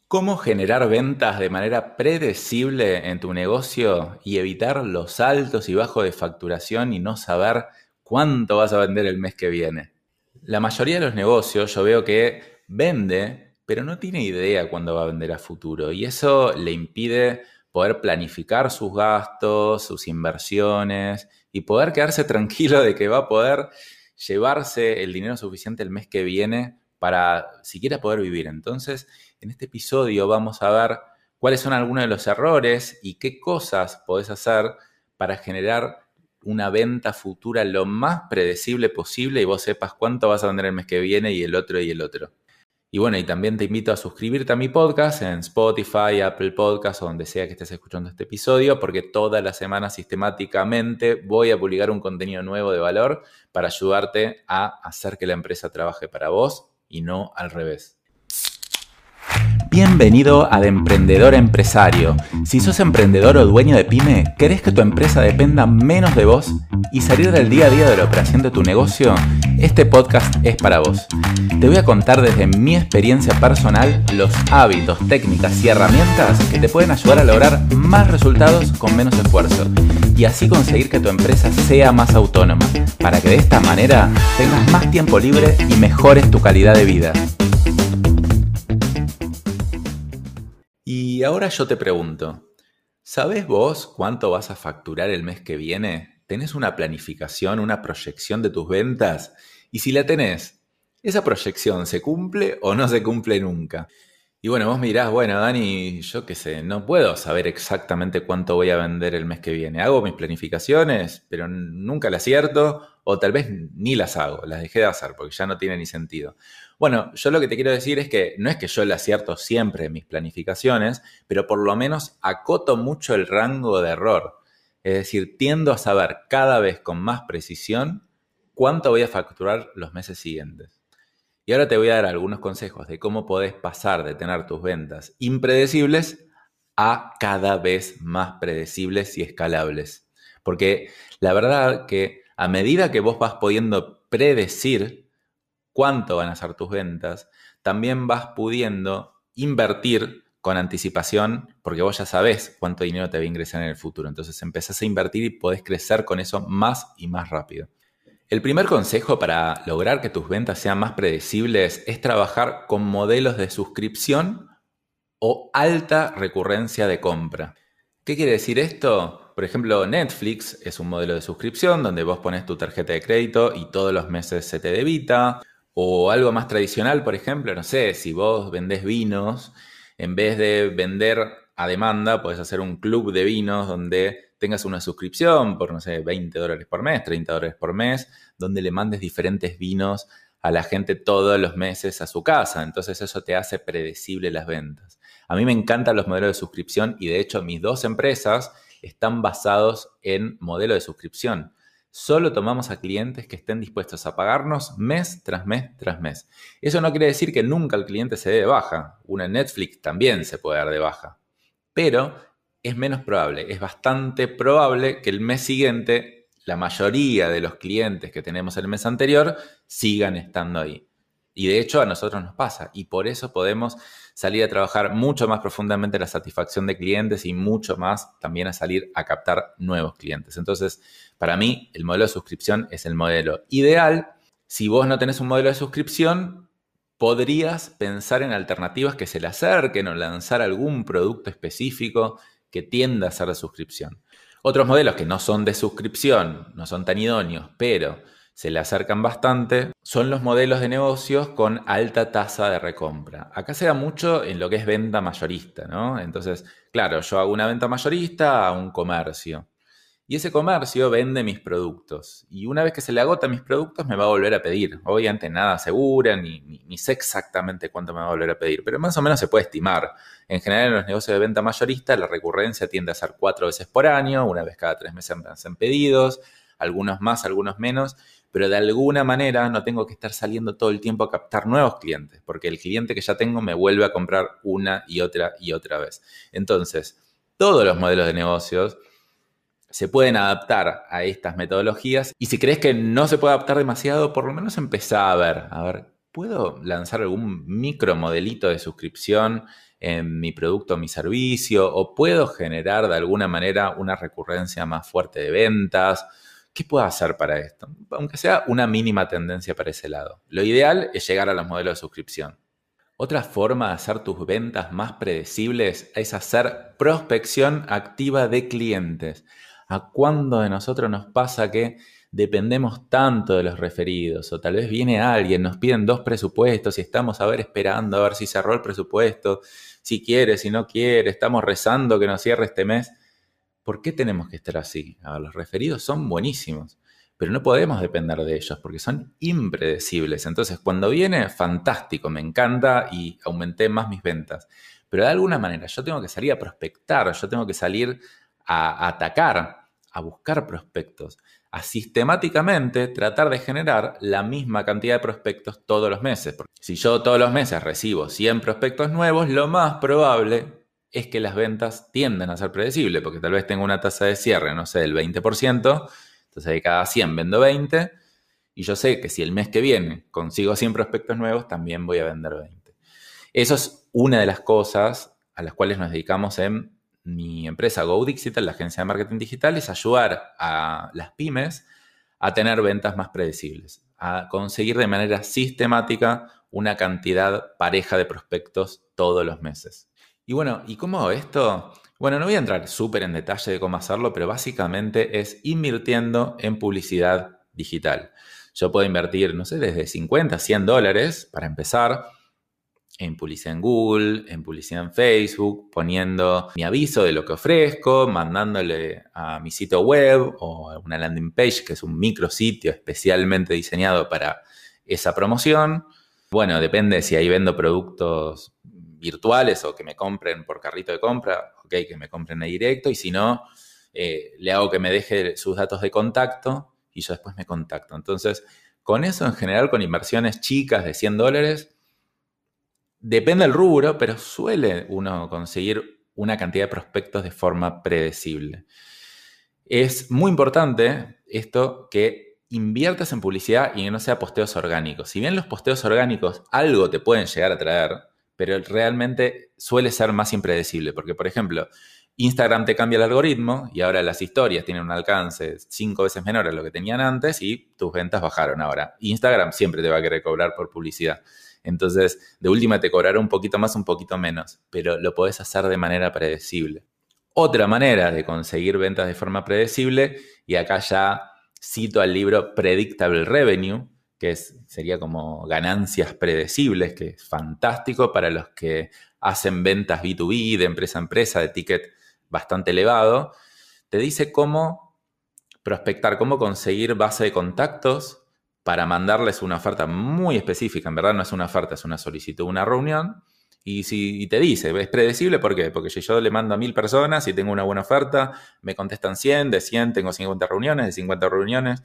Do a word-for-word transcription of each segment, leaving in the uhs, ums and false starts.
¿Cómo generar ventas de manera predecible en tu negocio y evitar los altos y bajos de facturación y no saber cuánto vas a vender el mes que viene? La mayoría de los negocios yo veo que vende, pero no tiene idea cuándo va a vender a futuro y eso le impide poder planificar sus gastos, sus inversiones y poder quedarse tranquilo de que va a poder llevarse el dinero suficiente el mes que viene para siquiera poder vivir. Entonces, en este episodio vamos a ver cuáles son algunos de los errores y qué cosas podés hacer para generar una venta futura lo más predecible posible y vos sepas cuánto vas a vender el mes que viene y el otro y el otro. Y bueno, y también te invito a suscribirte a mi podcast en Spotify, Apple Podcasts o donde sea que estés escuchando este episodio, porque toda la semana sistemáticamente voy a publicar un contenido nuevo de valor para ayudarte a hacer que la empresa trabaje para vos y no al revés. Bienvenido a De Emprendedor a Empresario. Si sos emprendedor o dueño de pyme, ¿querés que tu empresa dependa menos de vos y salir del día a día de la operación de tu negocio? Este podcast es para vos. Te voy a contar desde mi experiencia personal los hábitos, técnicas y herramientas que te pueden ayudar a lograr más resultados con menos esfuerzo y así conseguir que tu empresa sea más autónoma, para que de esta manera tengas más tiempo libre y mejores tu calidad de vida. Y ahora yo te pregunto, ¿sabés vos cuánto vas a facturar el mes que viene? ¿Tenés una planificación, una proyección de tus ventas? Y si la tenés, ¿esa proyección se cumple o no se cumple nunca? Y bueno, vos me dirás, bueno, Dani, yo qué sé, no puedo saber exactamente cuánto voy a vender el mes que viene. Hago mis planificaciones, pero nunca las acierto, o tal vez ni las hago, las dejé de hacer porque ya no tiene ni sentido. Bueno, yo lo que te quiero decir es que no es que yo le acierto siempre en mis planificaciones, pero por lo menos acoto mucho el rango de error. Es decir, tiendo a saber cada vez con más precisión cuánto voy a facturar los meses siguientes. Y ahora te voy a dar algunos consejos de cómo podés pasar de tener tus ventas impredecibles a cada vez más predecibles y escalables. Porque la verdad que a medida que vos vas pudiendo predecir cuánto van a ser tus ventas, también vas pudiendo invertir con anticipación porque vos ya sabés cuánto dinero te va a ingresar en el futuro. Entonces empezás a invertir y podés crecer con eso más y más rápido. El primer consejo para lograr que tus ventas sean más predecibles es trabajar con modelos de suscripción o alta recurrencia de compra. ¿Qué quiere decir esto? Por ejemplo, Netflix es un modelo de suscripción donde vos pones tu tarjeta de crédito y todos los meses se te debita. O algo más tradicional, por ejemplo, no sé, si vos vendés vinos, en vez de vender a demanda, podés hacer un club de vinos donde tengas una suscripción por, no sé, veinte dólares por mes, treinta dólares por mes, donde le mandes diferentes vinos a la gente todos los meses a su casa. Entonces eso te hace predecible las ventas. A mí me encantan los modelos de suscripción y de hecho mis dos empresas están basados en modelo de suscripción. Solo tomamos a clientes que estén dispuestos a pagarnos mes tras mes tras mes. Eso no quiere decir que nunca el cliente se dé de baja. Una Netflix también se puede dar de baja. Pero es menos probable. Es bastante probable que el mes siguiente la mayoría de los clientes que tenemos el mes anterior sigan estando ahí. Y de hecho a nosotros nos pasa. Y por eso podemos salir a trabajar mucho más profundamente la satisfacción de clientes y mucho más también a salir a captar nuevos clientes. Entonces, para mí, el modelo de suscripción es el modelo ideal. Si vos no tenés un modelo de suscripción, podrías pensar en alternativas que se le acerquen o lanzar algún producto específico que tienda a ser de suscripción. Otros modelos que no son de suscripción, no son tan idóneos, pero se le acercan bastante, son los modelos de negocios con alta tasa de recompra. Acá se da mucho en lo que es venta mayorista, ¿no? Entonces, claro, yo hago una venta mayorista a un comercio. Y ese comercio vende mis productos. Y una vez que se le agotan mis productos, me va a volver a pedir. Obviamente nada asegura, ni, ni, ni sé exactamente cuánto me va a volver a pedir, pero más o menos se puede estimar. En general, en los negocios de venta mayorista, la recurrencia tiende a ser cuatro veces por año, una vez cada tres meses me hacen pedidos, algunos más, algunos menos, pero de alguna manera no tengo que estar saliendo todo el tiempo a captar nuevos clientes, porque el cliente que ya tengo me vuelve a comprar una y otra y otra vez. Entonces, todos los modelos de negocios se pueden adaptar a estas metodologías y si crees que no se puede adaptar demasiado, por lo menos empezá a ver, a ver, ¿puedo lanzar algún micro modelito de suscripción en mi producto o mi servicio, o puedo generar de alguna manera una recurrencia más fuerte de ventas. ¿Qué puedo hacer para esto? Aunque sea una mínima tendencia para ese lado. Lo ideal es llegar a los modelos de suscripción. Otra forma de hacer tus ventas más predecibles es hacer prospección activa de clientes. ¿A cuándo de nosotros nos pasa que dependemos tanto de los referidos? O tal vez viene alguien, nos piden dos presupuestos y estamos a ver esperando a ver si cerró el presupuesto, si quiere, si no quiere, estamos rezando que nos cierre este mes. ¿Por qué tenemos que estar así? A ver, los referidos son buenísimos, pero no podemos depender de ellos porque son impredecibles. Entonces, cuando viene, fantástico, me encanta y aumenté más mis ventas. Pero de alguna manera yo tengo que salir a prospectar, yo tengo que salir a atacar, a buscar prospectos, a sistemáticamente tratar de generar la misma cantidad de prospectos todos los meses. Porque si yo todos los meses recibo cien prospectos nuevos, lo más probable es que las ventas tienden a ser predecibles, porque tal vez tengo una tasa de cierre, no sé, del veinte por ciento, entonces de cada cien vendo veinte, y yo sé que si el mes que viene consigo cien prospectos nuevos, también voy a vender veinte. Eso es una de las cosas a las cuales nos dedicamos en mi empresa GoDigital, la agencia de marketing digital, es ayudar a las pymes a tener ventas más predecibles, a conseguir de manera sistemática una cantidad pareja de prospectos todos los meses. Y bueno, ¿y cómo hago esto? Bueno, no voy a entrar súper en detalle de cómo hacerlo, pero básicamente es invirtiendo en publicidad digital. Yo puedo invertir, no sé, desde cincuenta a cien dólares para empezar en publicidad en Google, en publicidad en Facebook, poniendo mi aviso de lo que ofrezco, mandándole a mi sitio web o a una landing page, que es un micrositio especialmente diseñado para esa promoción. Bueno, depende si ahí vendo productos virtuales o que me compren por carrito de compra, ok, que me compren ahí directo, y si no, eh, le hago que me deje sus datos de contacto y yo después me contacto. Entonces, con eso en general, con inversiones chicas de cien dólares, depende del rubro, pero suele uno conseguir una cantidad de prospectos de forma predecible. Es muy importante esto que inviertas en publicidad y que no sea posteos orgánicos. Si bien los posteos orgánicos algo te pueden llegar a traer, pero realmente suele ser más impredecible. Porque, por ejemplo, Instagram te cambia el algoritmo y ahora las historias tienen un alcance cinco veces menor a lo que tenían antes y tus ventas bajaron ahora. Instagram siempre te va a querer cobrar por publicidad. Entonces, de última te cobrará un poquito más, un poquito menos, pero lo podés hacer de manera predecible. Otra manera de conseguir ventas de forma predecible, y acá ya cito al libro Predictable Revenue, que es, sería como ganancias predecibles, que es fantástico para los que hacen ventas B dos B, de empresa a empresa, de ticket bastante elevado. Te dice cómo prospectar, cómo conseguir base de contactos para mandarles una oferta muy específica. En verdad no es una oferta, es una solicitud, una reunión. Y, si, y te dice, es predecible, ¿por qué? Porque si yo le mando a mil personas y tengo una buena oferta, me contestan cien, de cien tengo cincuenta reuniones, de cincuenta reuniones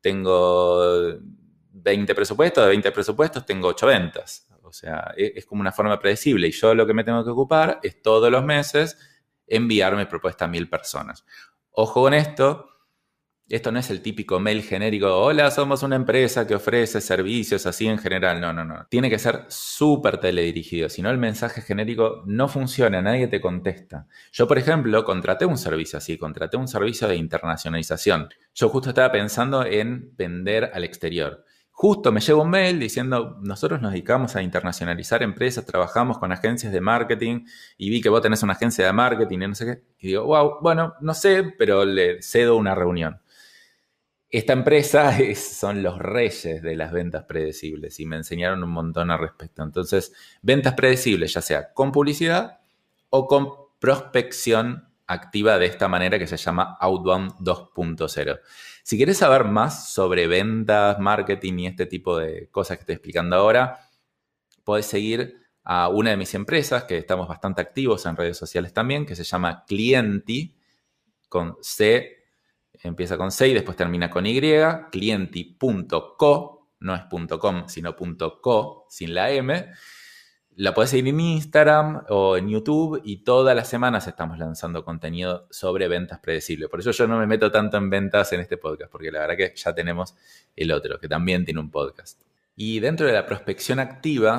tengo veinte presupuestos, de veinte presupuestos tengo ocho ventas. O sea, es, es como una forma predecible. Y yo lo que me tengo que ocupar es todos los meses enviar mi propuesta a mil personas. Ojo con esto. Esto no es el típico mail genérico, hola, somos una empresa que ofrece servicios así en general. No, no, no. Tiene que ser súper teledirigido. Si no, el mensaje genérico no funciona, nadie te contesta. Yo, por ejemplo, contraté un servicio así, contraté un servicio de internacionalización. Yo justo estaba pensando en vender al exterior. Justo me llegó un mail diciendo, nosotros nos dedicamos a internacionalizar empresas, trabajamos con agencias de marketing y vi que vos tenés una agencia de marketing y no sé qué. Y digo, wow, bueno, no sé, pero le cedo una reunión. Esta empresa es, son los reyes de las ventas predecibles y me enseñaron un montón al respecto. Entonces, ventas predecibles, ya sea con publicidad o con prospección activa de esta manera que se llama Outbound dos punto cero. Si querés saber más sobre ventas, marketing y este tipo de cosas que estoy explicando ahora, podés seguir a una de mis empresas, que estamos bastante activos en redes sociales también, que se llama Clienti, con C. Empieza con C y después termina con Y, clienti punto co, no es .com, sino .co, sin la M. La podés seguir en Instagram o en YouTube y todas las semanas estamos lanzando contenido sobre ventas predecibles. Por eso yo no me meto tanto en ventas en este podcast, porque la verdad que ya tenemos el otro, que también tiene un podcast. Y dentro de la prospección activa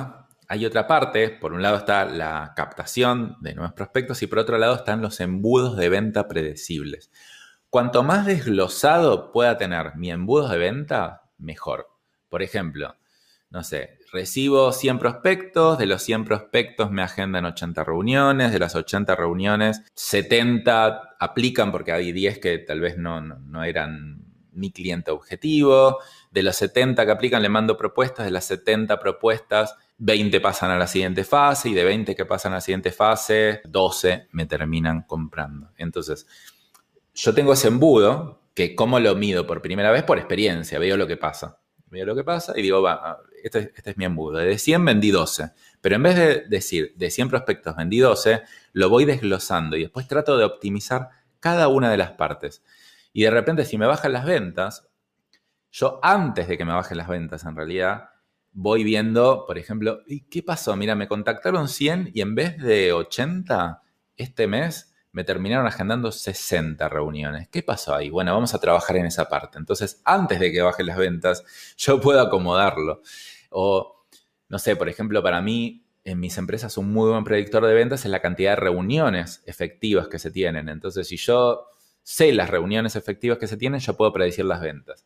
hay otra parte, por un lado está la captación de nuevos prospectos y por otro lado están los embudos de venta predecibles. Cuanto más desglosado pueda tener mi embudo de venta, mejor. Por ejemplo, no sé, recibo cien prospectos, de los cien prospectos me agendan ochenta reuniones, de las ochenta reuniones, setenta aplican porque hay diez que tal vez no, no, no eran mi cliente objetivo, de los setenta que aplican le mando propuestas, de las setenta propuestas, veinte pasan a la siguiente fase y de veinte que pasan a la siguiente fase, doce me terminan comprando. Entonces, yo tengo ese embudo que ¿cómo lo mido? Por primera vez por experiencia, veo lo que pasa. Veo lo que pasa y digo, va, este, este es mi embudo. De cien vendí doce. Pero en vez de decir de cien prospectos vendí doce, lo voy desglosando y después trato de optimizar cada una de las partes. Y de repente si me bajan las ventas, yo antes de que me bajen las ventas en realidad, voy viendo, por ejemplo, ¿y qué pasó? Mira, me contactaron cien y en vez de ochenta, este mes me terminaron agendando sesenta reuniones. ¿Qué pasó ahí? Bueno, vamos a trabajar en esa parte. Entonces, antes de que bajen las ventas, yo puedo acomodarlo. O, no sé, por ejemplo, para mí, en mis empresas un muy buen predictor de ventas es la cantidad de reuniones efectivas que se tienen. Entonces, si yo sé las reuniones efectivas que se tienen, yo puedo predecir las ventas.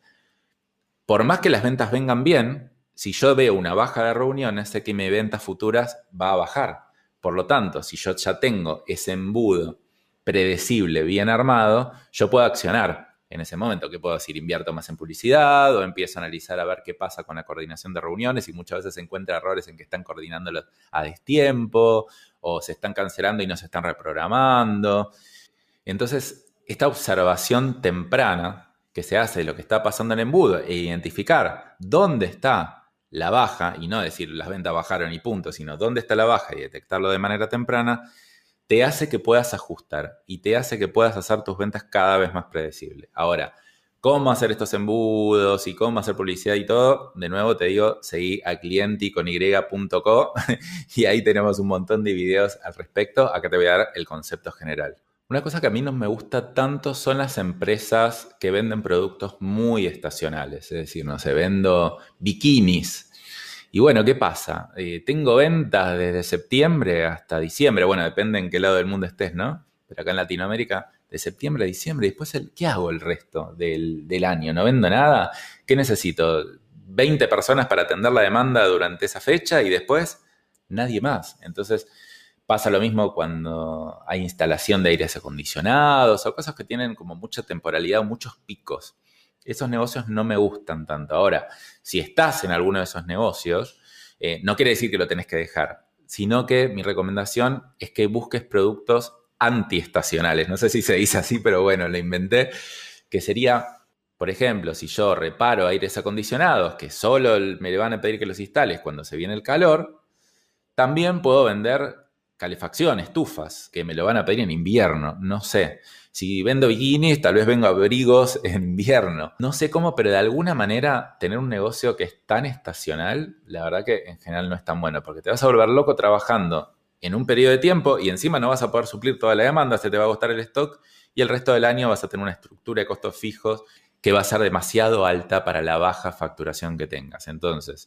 Por más que las ventas vengan bien, si yo veo una baja de reuniones, sé que mi ventas futuras va a bajar. Por lo tanto, si yo ya tengo ese embudo predecible, bien armado, yo puedo accionar en ese momento. ¿Qué puedo decir? Invierto más en publicidad o empiezo a analizar a ver qué pasa con la coordinación de reuniones y muchas veces se encuentra errores en que están coordinándolos a destiempo o se están cancelando y no se están reprogramando. Entonces, esta observación temprana que se hace de lo que está pasando en el embudo e identificar dónde está la baja y no decir las ventas bajaron y punto, sino dónde está la baja y detectarlo de manera temprana, te hace que puedas ajustar y te hace que puedas hacer tus ventas cada vez más predecibles. Ahora, ¿cómo hacer estos embudos y cómo hacer publicidad y todo? De nuevo te digo, seguí a clienti con y punto co y ahí tenemos un montón de videos al respecto. Acá te voy a dar el concepto general. Una cosa que a mí no me gusta tanto son las empresas que venden productos muy estacionales. Es decir, no sé, vendo bikinis. Y bueno, ¿qué pasa? Eh, tengo ventas desde septiembre hasta diciembre. Bueno, depende en qué lado del mundo estés, ¿no? Pero acá en Latinoamérica, de septiembre a diciembre. Y después, el, ¿qué hago el resto del, del año? ¿No vendo nada? ¿Qué necesito? ¿veinte personas para atender la demanda durante esa fecha y después nadie más? Entonces, pasa lo mismo cuando hay instalación de aires acondicionados o cosas que tienen como mucha temporalidad o muchos picos. Esos negocios no me gustan tanto. Ahora, si estás en alguno de esos negocios, eh, no quiere decir que lo tenés que dejar, sino que mi recomendación es que busques productos antiestacionales. No sé si se dice así, pero bueno, lo inventé, que sería, por ejemplo, si yo reparo aires acondicionados, que solo me van a pedir que los instales cuando se viene el calor, también puedo vender calefacción, estufas, que me lo van a pedir en invierno, no sé. Si vendo bikinis, tal vez vengo abrigos en invierno. No sé cómo, pero de alguna manera tener un negocio que es tan estacional, la verdad que en general no es tan bueno, porque te vas a volver loco trabajando en un periodo de tiempo y encima no vas a poder suplir toda la demanda, se te va a agostar el stock y el resto del año vas a tener una estructura de costos fijos que va a ser demasiado alta para la baja facturación que tengas. Entonces,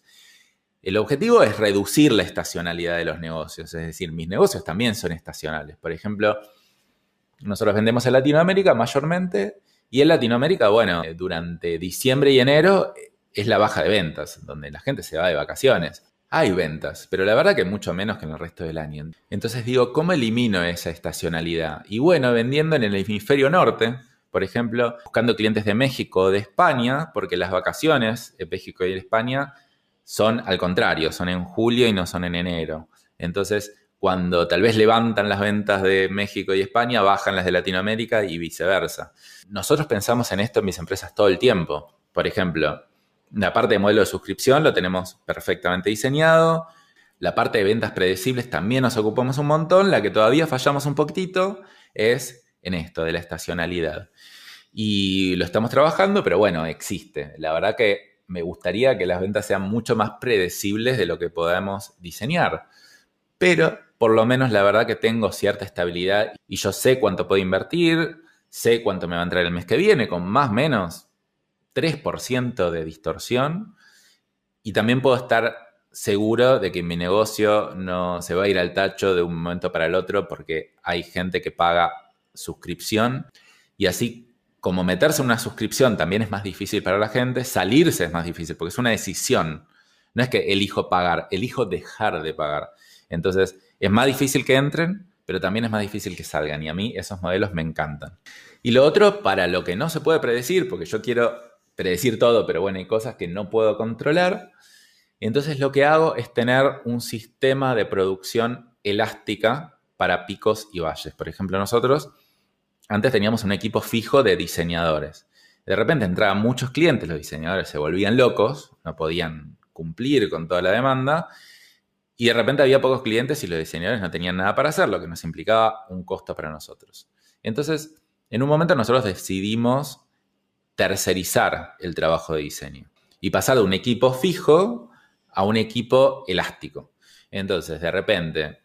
el objetivo es reducir la estacionalidad de los negocios, es decir, mis negocios también son estacionales. Por ejemplo, nosotros vendemos en Latinoamérica mayormente y en Latinoamérica, bueno, durante diciembre y enero es la baja de ventas, donde la gente se va de vacaciones. Hay ventas, pero la verdad que mucho menos que en el resto del año. Entonces digo, ¿cómo elimino esa estacionalidad? Y bueno, vendiendo en el hemisferio norte, por ejemplo, buscando clientes de México o de España, porque las vacaciones en México y en España son al contrario, son en julio y no son en enero. Entonces, cuando tal vez levantan las ventas de México y España, bajan las de Latinoamérica y viceversa. Nosotros pensamos en esto en mis empresas todo el tiempo. Por ejemplo, la parte de modelo de suscripción lo tenemos perfectamente diseñado. La parte de ventas predecibles también nos ocupamos un montón. La que todavía fallamos un poquitito es en esto de la estacionalidad. Y lo estamos trabajando, pero bueno, existe. La verdad que me gustaría que las ventas sean mucho más predecibles de lo que podamos diseñar. Pero por lo menos la verdad que tengo cierta estabilidad y yo sé cuánto puedo invertir, sé cuánto me va a entrar el mes que viene, con más o menos tres por ciento de distorsión. Y también puedo estar seguro de que mi negocio no se va a ir al tacho de un momento para el otro porque hay gente que paga suscripción y así como meterse en una suscripción también es más difícil para la gente, salirse es más difícil porque es una decisión. No es que elijo pagar, elijo dejar de pagar. Entonces es más difícil que entren, pero también es más difícil que salgan y a mí esos modelos me encantan. Y lo otro, para lo que no se puede predecir, porque yo quiero predecir todo, pero bueno, hay cosas que no puedo controlar. Entonces lo que hago es tener un sistema de producción elástica para picos y valles. Por ejemplo, nosotros antes teníamos un equipo fijo de diseñadores. De repente entraban muchos clientes, los diseñadores se volvían locos, no podían cumplir con toda la demanda y de repente había pocos clientes y los diseñadores no tenían nada para hacer, lo que nos implicaba un costo para nosotros. Entonces, en un momento nosotros decidimos tercerizar el trabajo de diseño y pasar de un equipo fijo a un equipo elástico. Entonces, de repente,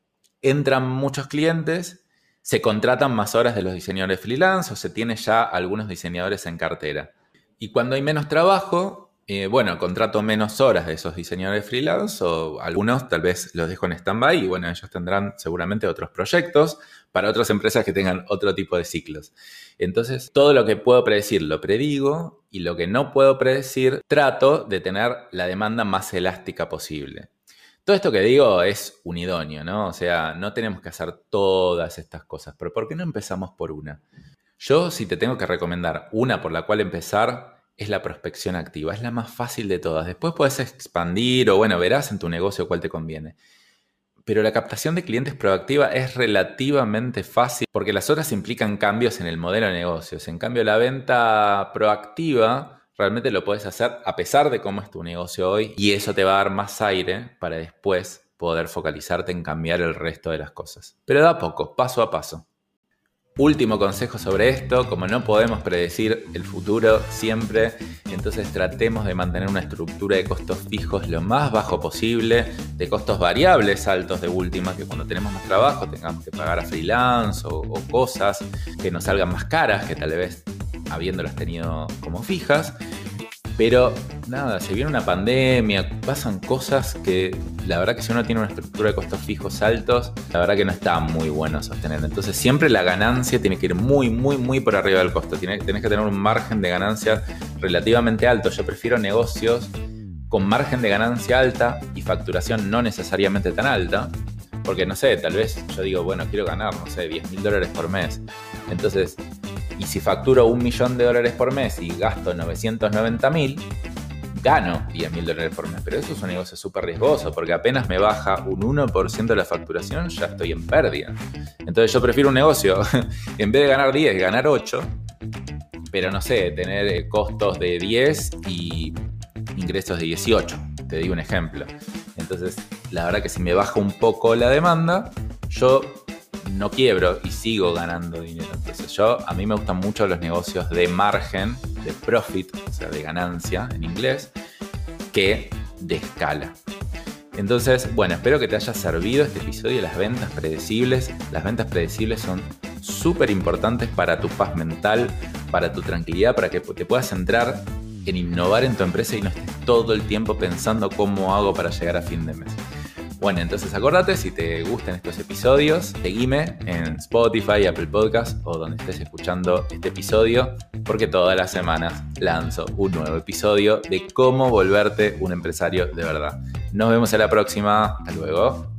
entran muchos clientes, se contratan más horas de los diseñadores freelance o se tiene ya algunos diseñadores en cartera. Y cuando hay menos trabajo, eh, bueno, contrato menos horas de esos diseñadores freelance o algunos tal vez los dejo en stand-by y bueno, ellos tendrán seguramente otros proyectos para otras empresas que tengan otro tipo de ciclos. Entonces, todo lo que puedo predecir lo predigo y lo que no puedo predecir trato de tener la demanda más elástica posible. Todo esto que digo es un idóneo, ¿no? O sea, no tenemos que hacer todas estas cosas, pero ¿por qué no empezamos por una? Yo, si te tengo que recomendar una por la cual empezar, es la prospección activa. Es la más fácil de todas. Después puedes expandir o, bueno, verás en tu negocio cuál te conviene. Pero la captación de clientes proactiva es relativamente fácil porque las otras implican cambios en el modelo de negocios. En cambio, la venta proactiva realmente lo puedes hacer a pesar de cómo es tu negocio hoy y eso te va a dar más aire para después poder focalizarte en cambiar el resto de las cosas. Pero da poco, paso a paso. Último consejo sobre esto, como no podemos predecir el futuro siempre, entonces tratemos de mantener una estructura de costos fijos lo más bajo posible, de costos variables altos de última, que cuando tenemos más trabajo tengamos que pagar a freelance o, o cosas que nos salgan más caras, que tal vez habiéndolas tenido como fijas. Pero nada, se viene una pandemia, pasan cosas que la verdad que si uno tiene una estructura de costos fijos altos, la verdad que no está muy bueno sostener. Entonces siempre la ganancia tiene que ir muy, muy, muy por arriba del costo. Tienes, tenés que tener un margen de ganancia relativamente alto. Yo prefiero negocios con margen de ganancia alta y facturación no necesariamente tan alta. Porque no sé, tal vez yo digo, bueno, quiero ganar, no sé, diez mil dólares por mes. Entonces, y si facturo un millón de dólares por mes y gasto novecientos noventa mil, gano diez mil dólares por mes. Pero eso es un negocio súper riesgoso porque apenas me baja un uno por ciento de la facturación, ya estoy en pérdida. Entonces yo prefiero un negocio, en vez de ganar diez, ganar ocho, pero no sé, tener costos de diez y ingresos de dieciocho. Te digo un ejemplo. Entonces, la verdad que si me baja un poco la demanda, yo no quiebro y sigo ganando dinero. Entonces yo, a mí me gustan mucho los negocios de margen, de profit, o sea, de ganancia en inglés, que de escala. Entonces, bueno, espero que te haya servido este episodio de las ventas predecibles. Las ventas predecibles son súper importantes para tu paz mental, para tu tranquilidad, para que te puedas centrar en innovar en tu empresa y no estés todo el tiempo pensando cómo hago para llegar a fin de mes. Bueno, entonces acordate, si te gustan estos episodios, seguime en Spotify, Apple Podcasts o donde estés escuchando este episodio, porque todas las semanas lanzo un nuevo episodio de cómo volverte un empresario de verdad. Nos vemos en la próxima. Hasta luego.